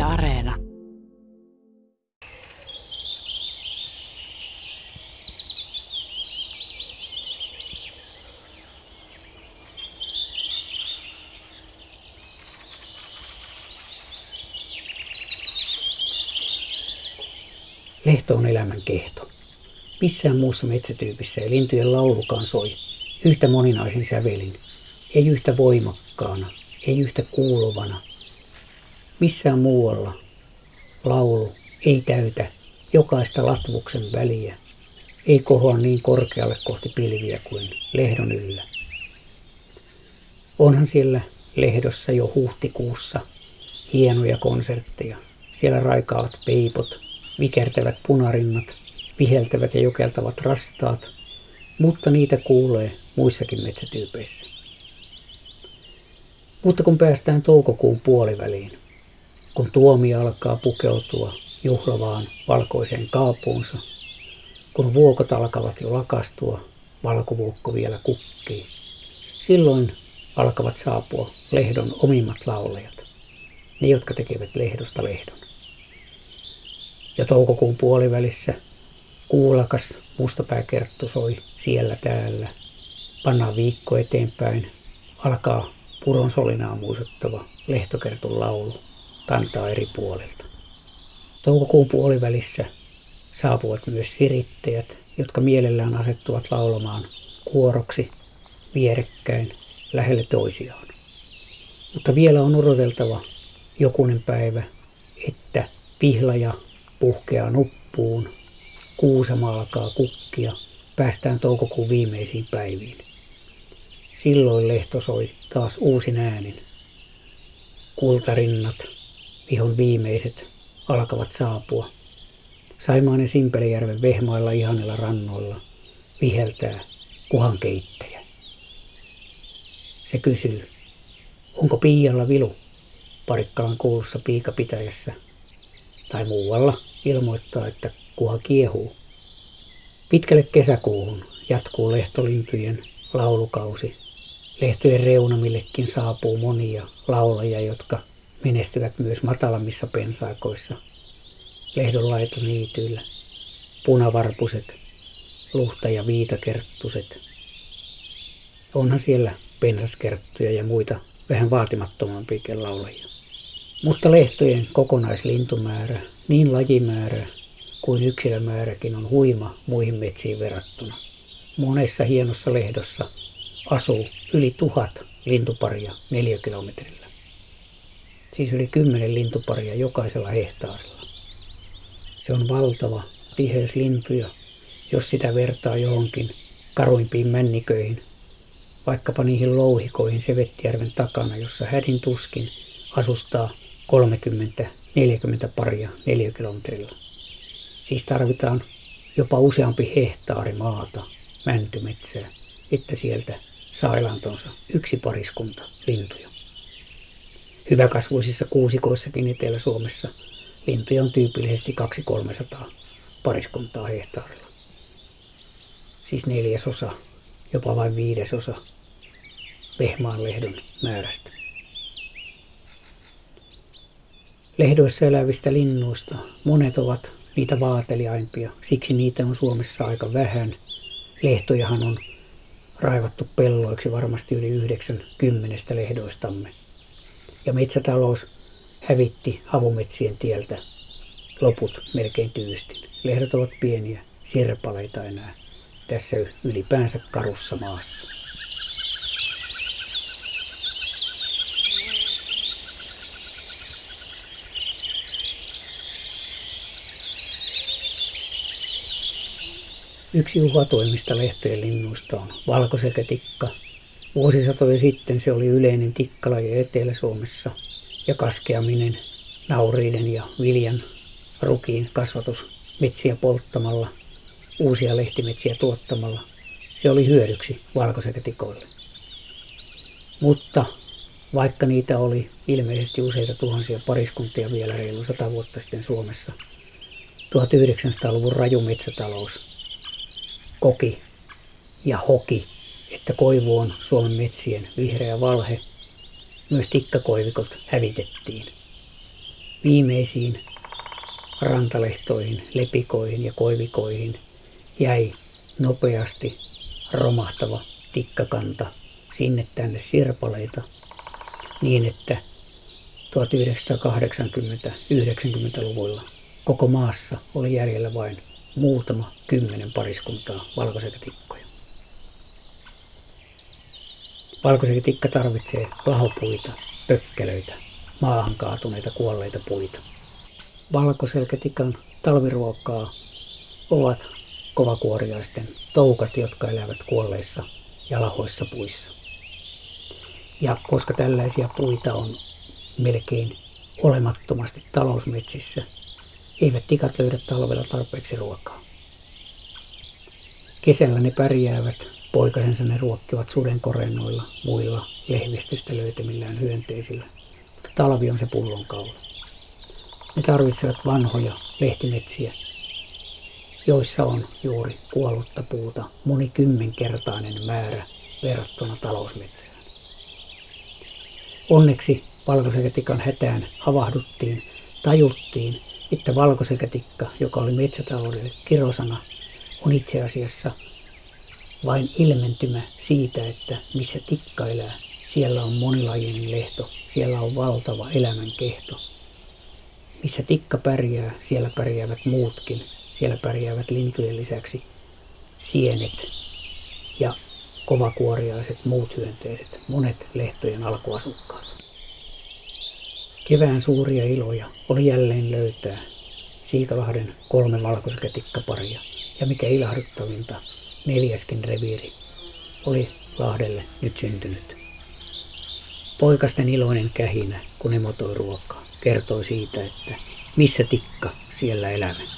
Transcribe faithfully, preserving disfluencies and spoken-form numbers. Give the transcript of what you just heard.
Areena. Lehto on elämän kehto. Missään muussa metsätyypissä ei lintujen laulukaan soi yhtä moninaisin sävelin, ei yhtä voimakkaana, ei yhtä kuuluvana. Missään muualla laulu ei täytä jokaista latvuksen väliä, ei kohoa niin korkealle kohti pilviä kuin lehdon yllä. Onhan siellä lehdossa jo huhtikuussa hienoja konsertteja. Siellä raikaavat peipot, vikertävät punarinnat, viheltävät ja jokeltavat rastaat, mutta niitä kuulee muissakin metsätyypeissä. Mutta kun päästään toukokuun puoliväliin, kun tuomi alkaa pukeutua juhlavaan valkoiseen kaapuunsa, kun vuokot alkavat jo lakastua, valkovuokko vielä kukkii, silloin alkavat saapua lehdon omimmat laulajat, ne jotka tekevät lehdosta lehdon. Ja toukokuun puolivälissä kuulakas mustapääkerttu soi siellä täällä. Pannaan viikko eteenpäin, alkaa puron solinaa muistuttava lehtokertun laulu kantaa eri puolilta. Toukokuun puolivälissä saapuvat myös sirittäjät, jotka mielellään asettuvat laulamaan kuoroksi vierekkäin lähelle toisiaan. Mutta vielä on odoteltava jokunen päivä, että pihlaja puhkeaa nuppuun, kuusama alkaa kukkia, päästään toukokuun viimeisiin päiviin. Silloin lehto soi taas uusin äänin. Kultarinnat, vihon viimeiset, alkavat saapua. Saimaan ja Simpelijärven vehmailla ihanilla rannoilla viheltää kuhankeittäjä. Se kysyy, onko Piialla vilu Parikkalan kuulussa piikapitäjässä, tai muualla ilmoittaa, että kuha kiehuu. Pitkälle kesäkuuhun jatkuu lehtolintujen laulukausi. Lehtojen reunamillekin saapuu monia laulajia, jotka menestyvät myös matalammissa pensaakoissa. Lehdonlaitoniityillä punavarpuset, luhta- ja viitakerttuset. Onhan siellä pensaskerttuja ja muita vähän vaatimattomampiakin laulajia. Mutta lehtojen kokonaislintumäärä, niin lajimäärä kuin yksilömääräkin on huima muihin metsiin verrattuna. Monessa hienossa lehdossa asuu yli tuhat lintuparia neliökilometrillä. Siis yli kymmenen lintuparia jokaisella hehtaarilla. Se on valtava tiheys lintuja, jos sitä vertaa johonkin karuimpiin männiköihin, vaikkapa niihin louhikoihin Sevettijärven takana, jossa hädin tuskin asustaa kolmekymmentä neljäkymmentä paria neliökilometrillä. Siis tarvitaan jopa useampi hehtaari maata, mäntymetsää, että sieltä saa elantonsa yksi pariskunta lintuja. Hyväkasvuisissa kuusikoissakin Etelä-Suomessa lintuja on tyypillisesti kaksi kolmesataa pariskuntaa hehtaarilla. Siis neljäsosa, jopa vain viidesosa vehmaanlehdon määrästä. Lehdoissa elävistä linnuista monet ovat niitä vaateliaimpia, siksi niitä on Suomessa aika vähän. Lehtojahan on raivattu pelloiksi varmasti yli yhdeksänkymmentä lehdoistamme. Ja metsätalous hävitti havumetsien tieltä loput melkein tyystin. Lehdot ovat pieniä sirpaleita enää tässä ylipäänsä karussa maassa. Yksi uhatuimmista lehtojen linnuista on valkoselkätikka. Vuosisatoja sitten se oli yleinen tikkalaji Etelä-Suomessa ja kaskeaminen, nauriiden ja viljan rukiin kasvatus metsiä polttamalla, uusia lehtimetsiä tuottamalla. Se oli hyödyksi valkoselkätikoille. Mutta vaikka niitä oli ilmeisesti useita tuhansia pariskuntia vielä reilu sata vuotta sitten Suomessa, tuhatyhdeksänsataaluvun raju metsätalous koki ja hoki, että koivu on Suomen metsien vihreä valhe. Myös tikkakoivikot hävitettiin. Viimeisiin rantalehtoihin, lepikoihin ja koivikoihin jäi nopeasti romahtava tikkakanta sinne tänne sirpaleita niin, että tuhatyhdeksänsataakahdeksankymmentä-yhdeksänkymmentäluvuilla koko maassa oli jäljellä vain muutama kymmenen pariskuntaa valkoselkätikkoja. Valkoselkätikka tarvitsee lahopuita, pökkelöitä, maahan kaatuneita kuolleita puita. Valkoselkätikan talviruokaa ovat kovakuoriaisten toukat, jotka elävät kuolleissa ja lahoissa puissa. Ja koska tällaisia puita on melkein olemattomasti talousmetsissä, eivät tikat löydä talvella tarpeeksi ruokaa. Kesällä ne pärjäävät, poikasensa ne ruokkivat sudenkorennoilla, muilla lehvistystä löytämillään hyönteisillä, mutta talvi on se pullonkaula. Ne tarvitsevat vanhoja lehtimetsiä, joissa on juuri kuollutta puuta monikymmenkertainen määrä verrattuna talousmetsään. Onneksi valkoselkätikan hätään havahduttiin, tajuttiin, että valkoselkätikka, joka oli metsätaloudelle kirosana, on itse asiassa vain ilmentymä siitä, että missä tikka elää, siellä on monilajinen lehto, siellä on valtava elämän kehto. Missä tikka pärjää, siellä pärjäävät muutkin, siellä pärjäävät lintujen lisäksi sienet ja kovakuoriaiset muut hyönteiset, monet lehtojen alkuasukkaat. Kevään suuria iloja oli jälleen löytää Siikalahden kolme valkoselkätikkaparia ja mikä ilahduttavinta, neljäskin reviiri oli Lahdelle nyt syntynyt. Poikasten iloinen kähinä, kun ne motoi ruokaa, kertoi siitä, että missä tikka, siellä elämä.